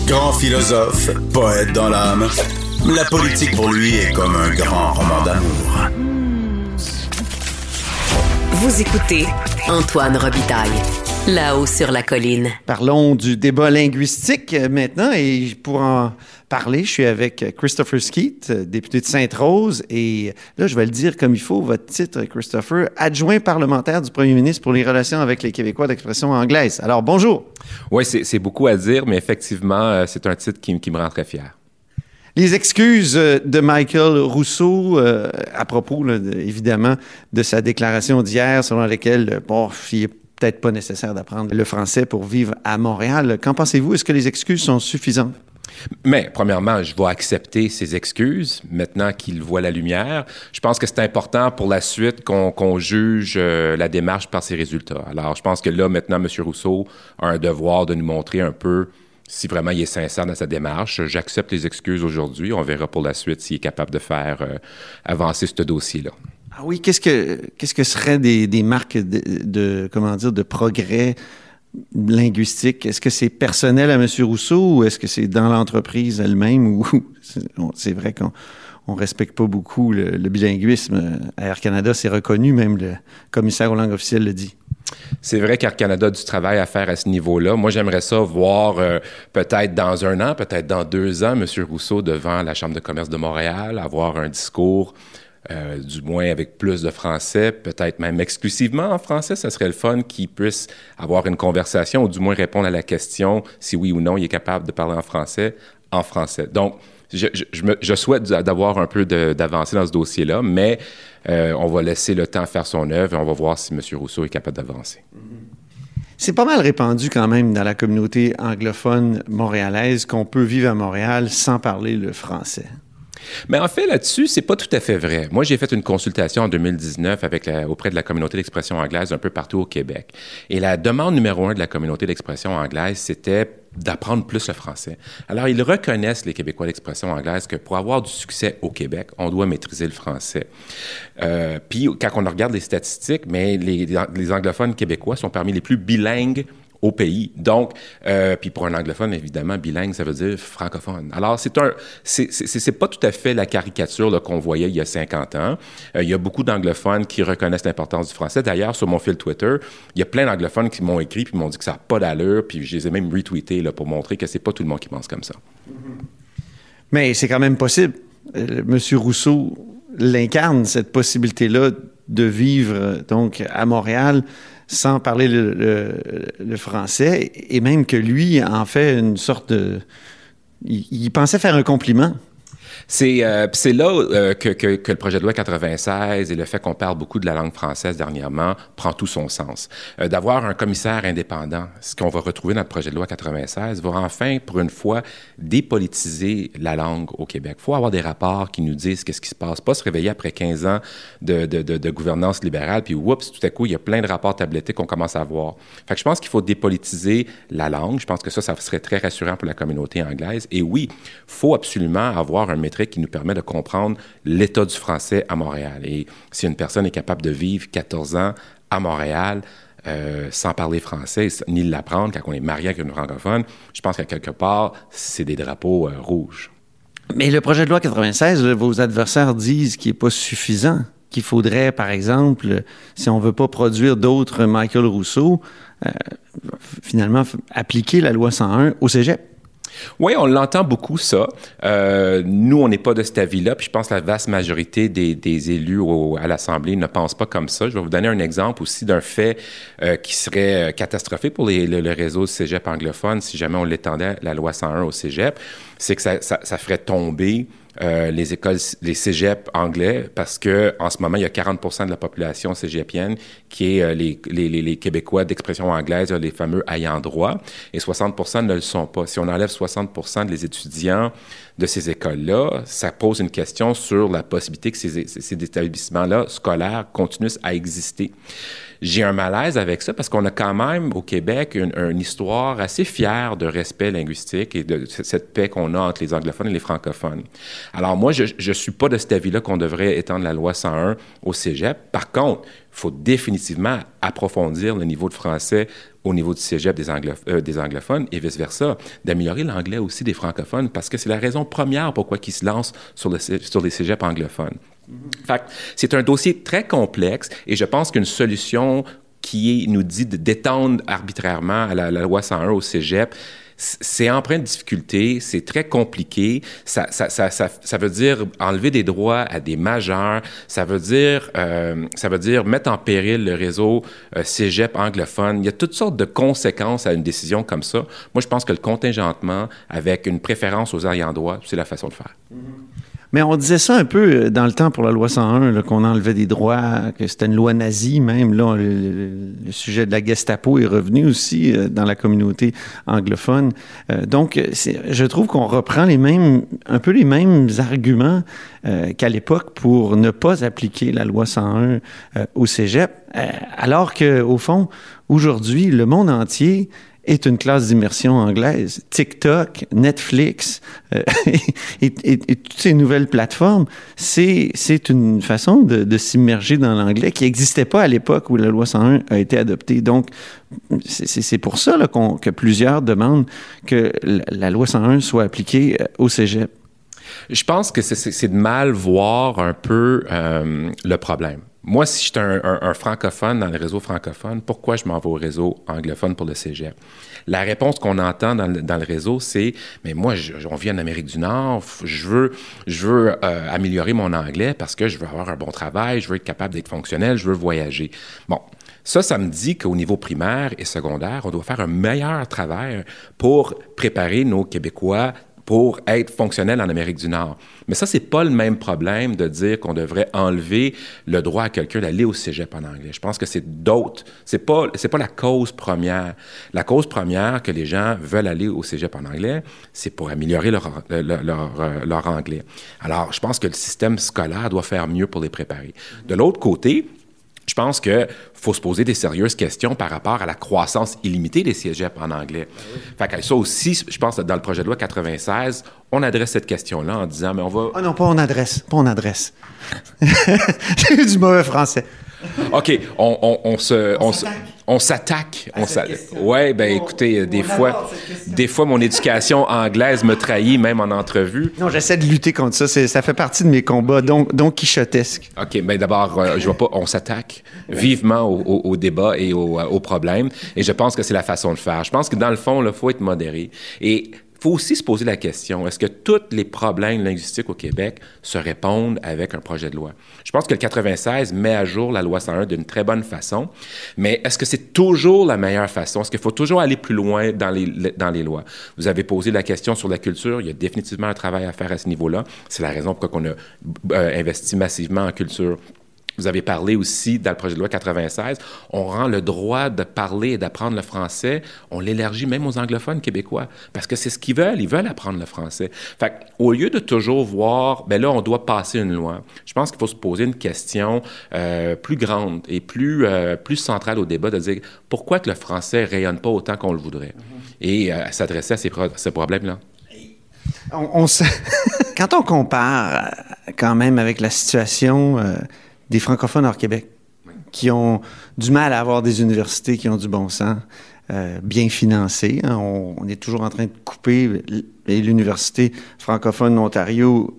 Grand philosophe, poète dans l'âme, la politique pour lui est comme un grand roman d'amour. Vous écoutez Antoine Robitaille, là-haut sur la colline. Parlons du débat linguistique maintenant, et pour en parler, je suis avec Christopher Skeete, député de Sainte-Rose, et là, je vais le dire comme il faut, votre titre, Christopher, adjoint parlementaire du premier ministre pour les relations avec les Québécois d'expression anglaise. Alors, bonjour. Oui, c'est beaucoup à dire, mais effectivement, c'est un titre qui me rend très fier. Les excuses de Michael Rousseau à propos, là, évidemment, de sa déclaration d'hier selon laquelle, il n'est peut-être pas nécessaire d'apprendre le français pour vivre à Montréal. Qu'en pensez-vous? Est-ce que les excuses sont suffisantes? Mais, premièrement, je vais accepter ses excuses maintenant qu'il voit la lumière. Je pense que c'est important pour la suite qu'on juge la démarche par ses résultats. Alors, je pense que là, maintenant, M. Rousseau a un devoir de nous montrer un peu si vraiment il est sincère dans sa démarche. J'accepte les excuses aujourd'hui. On verra pour la suite s'il est capable de faire avancer ce dossier-là. Ah oui, qu'est-ce que seraient des marques de progrès linguistique? Est-ce que c'est personnel à M. Rousseau ou est-ce que c'est dans l'entreprise elle-même ou c'est vrai qu'on respecte pas beaucoup le bilinguisme. À Air Canada, c'est reconnu, même le commissaire aux langues officielles le dit. C'est vrai qu'Air Canada a du travail à faire à ce niveau-là. Moi, j'aimerais ça voir peut-être dans 1 an, peut-être dans 2 ans, M. Rousseau devant la Chambre de commerce de Montréal, avoir un discours du moins avec plus de français, peut-être même exclusivement en français. Ça serait le fun qu'il puisse avoir une conversation ou du moins répondre à la question si oui ou non il est capable de parler en français. Donc, je souhaite d'avoir un peu d'avancée dans ce dossier-là, mais on va laisser le temps faire son œuvre et on va voir si M. Rousseau est capable d'avancer. C'est pas mal répandu quand même dans la communauté anglophone montréalaise qu'on peut vivre à Montréal sans parler le français. Mais en fait, là-dessus, c'est pas tout à fait vrai. Moi, j'ai fait une consultation en 2019 auprès de la communauté d'expression anglaise un peu partout au Québec. Et la demande numéro 1 de la communauté d'expression anglaise, c'était d'apprendre plus le français. Alors, ils reconnaissent, les Québécois d'expression anglaise, que pour avoir du succès au Québec, on doit maîtriser le français. Puis, quand on regarde les statistiques, mais les anglophones québécois sont parmi les plus bilingues au pays. Donc, puis pour un anglophone, évidemment, bilingue, ça veut dire francophone. Alors, c'est pas tout à fait la caricature là, qu'on voyait il y a 50 ans. Il y a beaucoup d'anglophones qui reconnaissent l'importance du français. D'ailleurs, sur mon fil Twitter, il y a plein d'anglophones qui m'ont écrit puis m'ont dit que ça n'a pas d'allure, puis je les ai même retweetés là, pour montrer que c'est pas tout le monde qui pense comme ça. Mais c'est quand même possible. Monsieur Rousseau l'incarne, cette possibilité-là de vivre donc à Montréal sans parler le français, et même que lui en fait une sorte de... Il pensait faire un compliment. C'est là que le projet de loi 96 et le fait qu'on parle beaucoup de la langue française dernièrement prend tout son sens. D'avoir un commissaire indépendant, ce qu'on va retrouver dans le projet de loi 96, va enfin, pour une fois, dépolitiser la langue au Québec. Il faut avoir des rapports qui nous disent qu'est-ce qui se passe, pas se réveiller après 15 ans de gouvernance libérale, puis oups, tout à coup, il y a plein de rapports tablettés qu'on commence à voir. Fait que je pense qu'il faut dépolitiser la langue. Je pense que ça serait très rassurant pour la communauté anglaise. Et oui, il faut absolument avoir un métrique qui nous permet de comprendre l'état du français à Montréal. Et si une personne est capable de vivre 14 ans à Montréal sans parler français, ni l'apprendre quand on est marié avec une francophone, je pense qu'à quelque part, c'est des drapeaux rouges. Mais le projet de loi 96, vos adversaires disent qu'il n'est pas suffisant, qu'il faudrait, par exemple, si on ne veut pas produire d'autres Michael Rousseau, finalement, appliquer la loi 101 au cégep. Oui, on l'entend beaucoup, ça. Nous, on n'est pas de cet avis-là, puis je pense que la vaste majorité des élus à l'Assemblée ne pensent pas comme ça. Je vais vous donner un exemple aussi d'un fait qui serait catastrophique pour le réseau cégep anglophone si jamais on l'étendait, la loi 101 au cégep. C'est que ça ferait tomber les écoles, les cégeps anglais, parce que en ce moment, il y a 40% de la population cégepienne qui est les Québécois d'expression anglaise, les fameux ayants droit, et 60% ne le sont pas. Si on enlève 60% des étudiants de ces écoles-là, ça pose une question sur la possibilité que ces établissements-là scolaires continuent à exister. j'ai un malaise avec ça parce qu'on a quand même au Québec une histoire assez fière de respect linguistique et de cette paix qu'on a entre les anglophones et les francophones. Alors moi, je suis pas de cet avis-là qu'on devrait étendre la loi 101 au cégep. Par contre, il faut définitivement approfondir le niveau de français au niveau du cégep des anglophones et vice-versa, d'améliorer l'anglais aussi des francophones parce que c'est la raison première pourquoi ils se lancent sur les cégeps anglophones. Fait que c'est un dossier très complexe et je pense qu'une solution qui nous dit d'étendre arbitrairement à la loi 101 au cégep, c'est empreint de difficulté, c'est très compliqué. Ça veut dire enlever des droits à des majeurs. Ça veut dire mettre en péril le réseau cégep anglophone. Il y a toutes sortes de conséquences à une décision comme ça. Moi, je pense que le contingentement, avec une préférence aux ayants droit, c'est la façon de faire. Mais on disait ça un peu dans le temps pour la loi 101, là, qu'on enlevait des droits, que c'était une loi nazie même. Là, le sujet de la Gestapo est revenu aussi dans la communauté anglophone. Donc, je trouve qu'on reprend un peu les mêmes arguments qu'à l'époque pour ne pas appliquer la loi 101 au cégep, alors qu'au fond, aujourd'hui, le monde entier est une classe d'immersion anglaise. TikTok, Netflix et toutes ces nouvelles plateformes, c'est une façon de s'immerger dans l'anglais qui n'existait pas à l'époque où la loi 101 a été adoptée. Donc, c'est pour ça là, que plusieurs demandent que la loi 101 soit appliquée au cégep. Je pense que c'est de mal voir un peu le problème. Moi, si j'étais un francophone dans le réseau francophone, pourquoi je m'en vais au réseau anglophone pour le cégep? La réponse qu'on entend dans le réseau, c'est « Mais moi, on vit en Amérique du Nord, je veux améliorer mon anglais parce que je veux avoir un bon travail, je veux être capable d'être fonctionnel, je veux voyager. » Bon, ça me dit qu'au niveau primaire et secondaire, on doit faire un meilleur travail pour préparer nos Québécois pour être fonctionnel en Amérique du Nord. Mais ça, c'est pas le même problème de dire qu'on devrait enlever le droit à quelqu'un d'aller au cégep en anglais. Je pense que c'est d'autres. C'est pas la cause première. La cause première que les gens veulent aller au cégep en anglais, c'est pour améliorer leur anglais. Alors, je pense que le système scolaire doit faire mieux pour les préparer. De l'autre côté, je pense qu'il faut se poser des sérieuses questions par rapport à la croissance illimitée des cégeps en anglais. Fait que ça aussi, je pense que dans le projet de loi 96, on adresse cette question-là en disant, mais on va... Ah non, pas on adresse. J'ai eu du mauvais français. OK, on s'attaque. Oui, bien écoutez, des fois, mon éducation anglaise me trahit, même en entrevue. Non, j'essaie de lutter contre ça. Ça fait partie de mes combats, donc quichotesques. OK, bien d'abord, on s'attaque vivement au débat et au problème. Et je pense que c'est la façon de faire. Je pense que dans le fond, il faut être modéré. Et il faut aussi se poser la question, est-ce que tous les problèmes linguistiques au Québec se répondent avec un projet de loi? Je pense que le 96 met à jour la loi 101 d'une très bonne façon, mais est-ce que c'est toujours la meilleure façon? Est-ce qu'il faut toujours aller plus loin dans les lois? Vous avez posé la question sur la culture, il y a définitivement un travail à faire à ce niveau-là. C'est la raison pour laquelle on a investi massivement en culture. Vous avez parlé aussi, dans le projet de loi 96, on rend le droit de parler et d'apprendre le français, on l'élargit même aux anglophones québécois, parce que c'est ce qu'ils veulent apprendre le français. Fait qu'au lieu de toujours voir, ben là, on doit passer une loi, je pense qu'il faut se poser une question plus grande et plus centrale au débat, de dire pourquoi que le français rayonne pas autant qu'on le voudrait, et s'adresser à ces problèmes-là. Quand on compare quand même avec la situation... des francophones hors Québec, qui ont du mal à avoir des universités qui ont du bon sens, bien financées. Hein. On est toujours en train de couper. Et l'Université francophone d'Ontario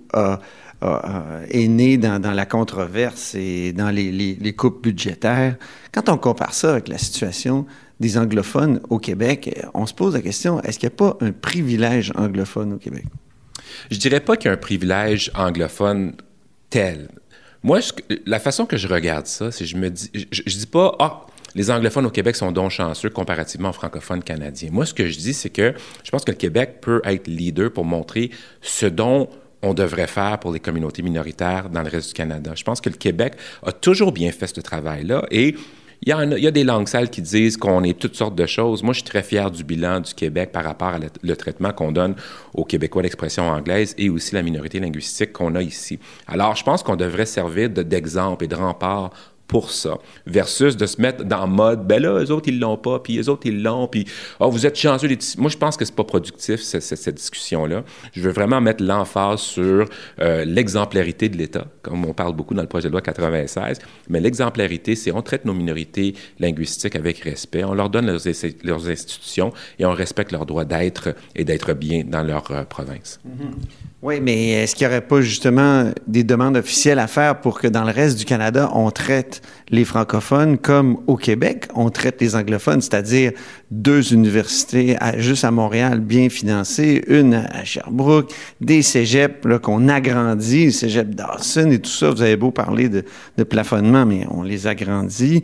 est née dans la controverse et dans les coupes budgétaires. Quand on compare ça avec la situation des anglophones au Québec, on se pose la question, est-ce qu'il n'y a pas un privilège anglophone au Québec? Je dirais pas qu'il y a un privilège anglophone tel. Moi, la façon que je regarde ça, c'est que je me dis, je dis pas, les anglophones au Québec sont donc chanceux comparativement aux francophones canadiens. Moi, ce que je dis, c'est que je pense que le Québec peut être leader pour montrer ce dont on devrait faire pour les communautés minoritaires dans le reste du Canada. Je pense que le Québec a toujours bien fait ce travail-là et il y a des langues sales qui disent qu'on est toutes sortes de choses. Moi, je suis très fier du bilan du Québec par rapport à le traitement qu'on donne aux Québécois d'expression anglaise et aussi la minorité linguistique qu'on a ici. Alors, je pense qu'on devrait servir d'exemple et de rempart pour ça, versus de se mettre dans le mode, ben là, eux autres, ils l'ont pas, puis eux autres, ils l'ont, puis vous êtes chanceux. Moi, je pense que c'est pas productif, cette discussion-là. Je veux vraiment mettre l'emphase sur l'exemplarité de l'État, comme on parle beaucoup dans le projet de loi 96, mais l'exemplarité, c'est on traite nos minorités linguistiques avec respect, on leur donne leurs institutions et on respecte leur droit d'être et d'être bien dans leur province. Oui, mais est-ce qu'il n'y aurait pas justement des demandes officielles à faire pour que dans le reste du Canada, on traite les francophones comme au Québec, on traite les anglophones, c'est-à-dire 2 universités juste à Montréal bien financées, une à Sherbrooke, des cégeps là, qu'on agrandit, le cégep Dawson et tout ça. Vous avez beau parler de plafonnement, mais on les agrandit.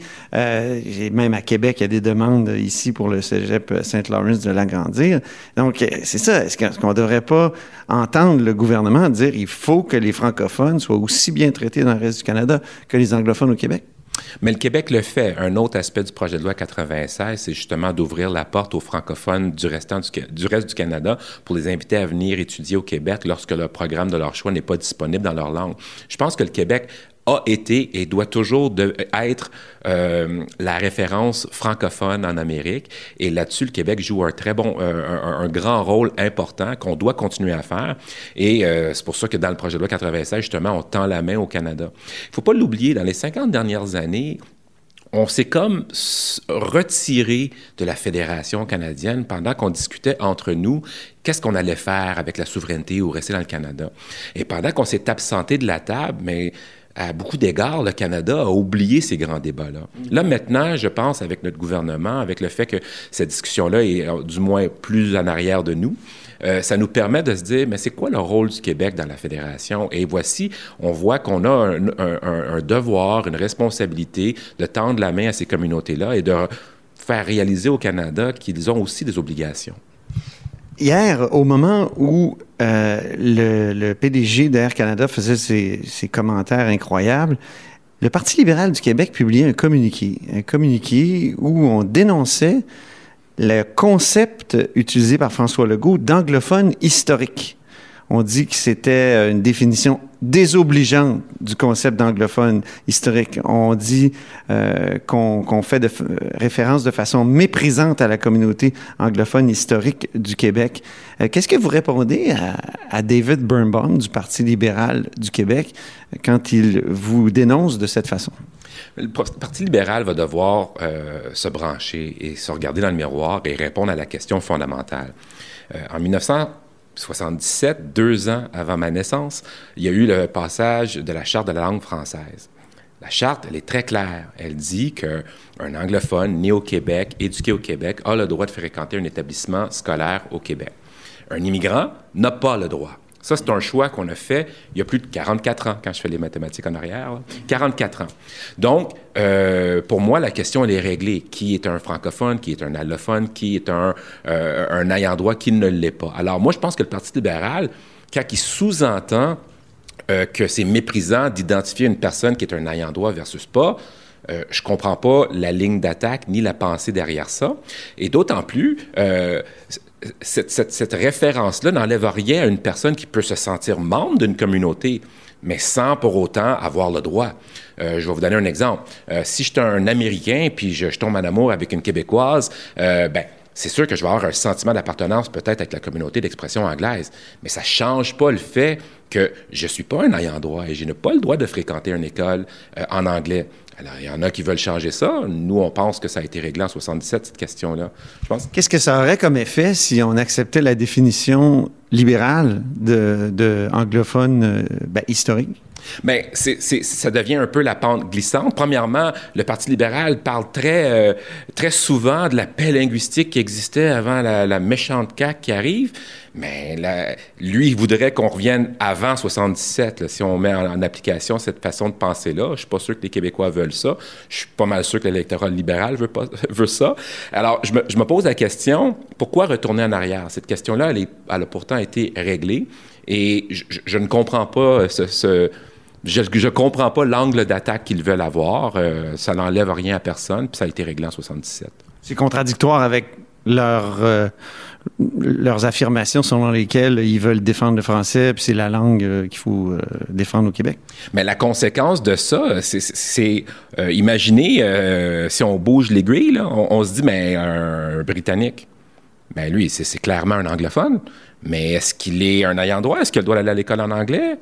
Même à Québec, il y a des demandes ici pour le cégep Saint-Lawrence de l'agrandir. Donc, c'est ça. Est-ce qu'on ne devrait pas entendre le gouvernement dire qu'il faut que les francophones soient aussi bien traités dans le reste du Canada que les anglophones au Québec? Mais le Québec le fait. Un autre aspect du projet de loi 96, c'est justement d'ouvrir la porte aux francophones du reste du Canada pour les inviter à venir étudier au Québec lorsque le programme de leur choix n'est pas disponible dans leur langue. Je pense que le Québec a été et doit toujours être la référence francophone en Amérique. Et là-dessus, le Québec joue un grand rôle important qu'on doit continuer à faire. Et c'est pour ça que dans le projet de loi 96, justement, on tend la main au Canada. Il ne faut pas l'oublier, dans les 50 dernières années, on s'est comme retiré de la Fédération canadienne pendant qu'on discutait entre nous qu'est-ce qu'on allait faire avec la souveraineté ou rester dans le Canada. Et pendant qu'on s'est absenté de la table, mais à beaucoup d'égards, le Canada a oublié ces grands débats-là. Là, maintenant, je pense, avec notre gouvernement, avec le fait que cette discussion-là est du moins plus en arrière de nous, ça nous permet de se dire, mais c'est quoi le rôle du Québec dans la Fédération? Et voici, on voit qu'on a un devoir, une responsabilité de tendre la main à ces communautés-là et de faire réaliser au Canada qu'ils ont aussi des obligations. Hier, au moment où le PDG d'Air Canada faisait ses commentaires incroyables, le Parti libéral du Québec publiait un communiqué où on dénonçait le concept utilisé par François Legault d'anglophone historique. On dit que c'était une définition désobligeante du concept d'anglophone historique. On dit qu'on fait référence de façon méprisante à la communauté anglophone historique du Québec. Qu'est-ce que vous répondez à David Birnbaum du Parti libéral du Québec quand il vous dénonce de cette façon? Le Parti libéral va devoir se brancher et se regarder dans le miroir et répondre à la question fondamentale. En 1977, 2 ans avant ma naissance, il y a eu le passage de la Charte de la langue française. La Charte, elle est très claire. Elle dit qu'un anglophone né au Québec, éduqué au Québec, a le droit de fréquenter un établissement scolaire au Québec. Un immigrant n'a pas le droit. Ça, c'est un choix qu'on a fait il y a plus de 44 ans, quand je fais les mathématiques en arrière. Là. 44 ans. Donc, pour moi, la question, elle est réglée. Qui est un francophone? Qui est un allophone? Qui est un ayant droit? Qui ne l'est pas? Alors, moi, je pense que le Parti libéral, quand il sous-entend que c'est méprisant d'identifier une personne qui est un ayant droit versus pas, je comprends pas la ligne d'attaque ni la pensée derrière ça. Et d'autant plus... Cette référence-là n'enlève rien à une personne qui peut se sentir membre d'une communauté, mais sans pour autant avoir le droit. Je vais vous donner un exemple. Si je suis un Américain puis je tombe en amour avec une Québécoise, c'est sûr que je vais avoir un sentiment d'appartenance peut-être avec la communauté d'expression anglaise, mais ça ne change pas le fait que je ne suis pas un ayant droit et je n'ai pas le droit de fréquenter une école en anglais. Alors, il y en a qui veulent changer ça. Nous, on pense que ça a été réglé en 77, cette question-là. Je pense. Qu'est-ce que ça aurait comme effet si on acceptait la définition libérale de anglophone historique? Bien, ça devient un peu la pente glissante. Premièrement, le Parti libéral parle très souvent de la paix linguistique qui existait avant la méchante CAQ qui arrive. Mais lui, il voudrait qu'on revienne avant 77, là, si on met en application cette façon de penser-là. Je ne suis pas sûr que les Québécois veulent ça. Je suis pas mal sûr que l'électorat libéral veut ça. Alors, je me pose la question, pourquoi retourner en arrière? Cette question-là, elle a pourtant été réglée. Et je ne comprends pas je comprends pas l'angle d'attaque qu'ils veulent avoir. Ça n'enlève rien à personne, puis ça a été réglé en 77. C'est contradictoire avec leurs affirmations selon lesquelles ils veulent défendre le français, puis c'est la langue qu'il faut défendre au Québec. Mais la conséquence de ça, c'est imaginez si on bouge l'aiguille, là, on se dit, mais un Britannique, ben lui, c'est clairement un anglophone. Mais est-ce qu'il est un ayant droit? Est-ce qu'il doit aller à l'école en anglais?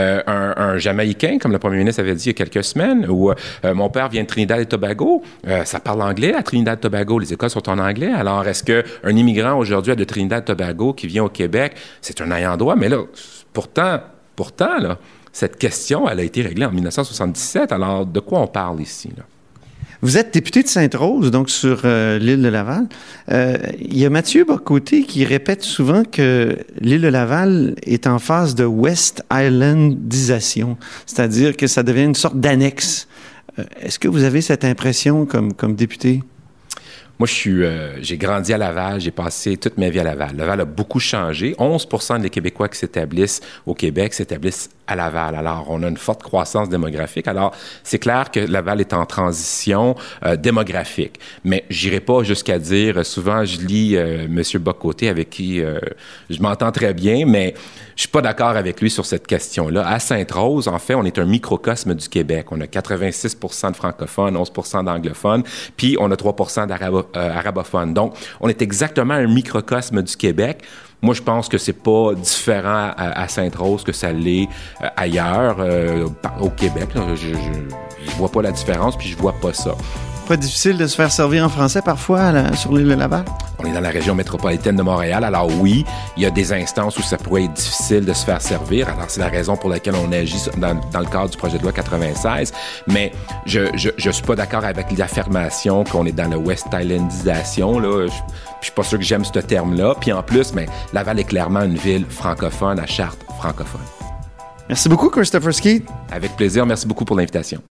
Un Jamaïcain, comme le premier ministre avait dit il y a quelques semaines, ou mon père vient de Trinidad et Tobago, ça parle anglais à Trinidad et Tobago, les écoles sont en anglais. Alors, est-ce qu'un immigrant aujourd'hui de Trinidad et Tobago qui vient au Québec, c'est un ayant droit? Mais là, pourtant, là, cette question, elle a été réglée en 1977. Alors, de quoi on parle ici, là? Vous êtes député de Sainte-Rose, donc sur l'île de Laval. Il y a Mathieu Bock-Côté qui répète souvent que l'île de Laval est en phase de West Islandisation, c'est-à-dire que ça devient une sorte d'annexe. Est-ce que vous avez cette impression comme député? Moi, j'ai grandi à Laval, j'ai passé toute ma vie à Laval. Laval a beaucoup changé. 11% des Québécois qui s'établissent au Québec s'établissent à Laval. Alors, on a une forte croissance démographique. Alors, c'est clair que Laval est en transition démographique. Mais j'irai pas jusqu'à dire, souvent, je lis M. Bock-Côté, avec qui je m'entends très bien, mais je suis pas d'accord avec lui sur cette question-là. À Sainte-Rose, en fait, on est un microcosme du Québec. On a 86% de francophones, 11% d'anglophones, puis on a 3% d'arabophones. Donc, on est exactement un microcosme du Québec. Moi, je pense que c'est pas différent à Sainte-Rose que ça l'est ailleurs, au Québec. Là. Je vois pas la différence, puis je vois pas ça. Pas difficile de se faire servir en français parfois sur l'île de Laval? On est dans la région métropolitaine de Montréal. Alors oui, il y a des instances où ça pourrait être difficile de se faire servir. Alors c'est la raison pour laquelle on agit dans le cadre du projet de loi 96. Mais je suis pas d'accord avec l'affirmation qu'on est dans le West Islandisation. Là. Je suis pas sûr que j'aime ce terme-là. Puis en plus, Laval est clairement une ville francophone à charte francophone. Merci beaucoup, Christopher Skeete. Avec plaisir. Merci beaucoup pour l'invitation.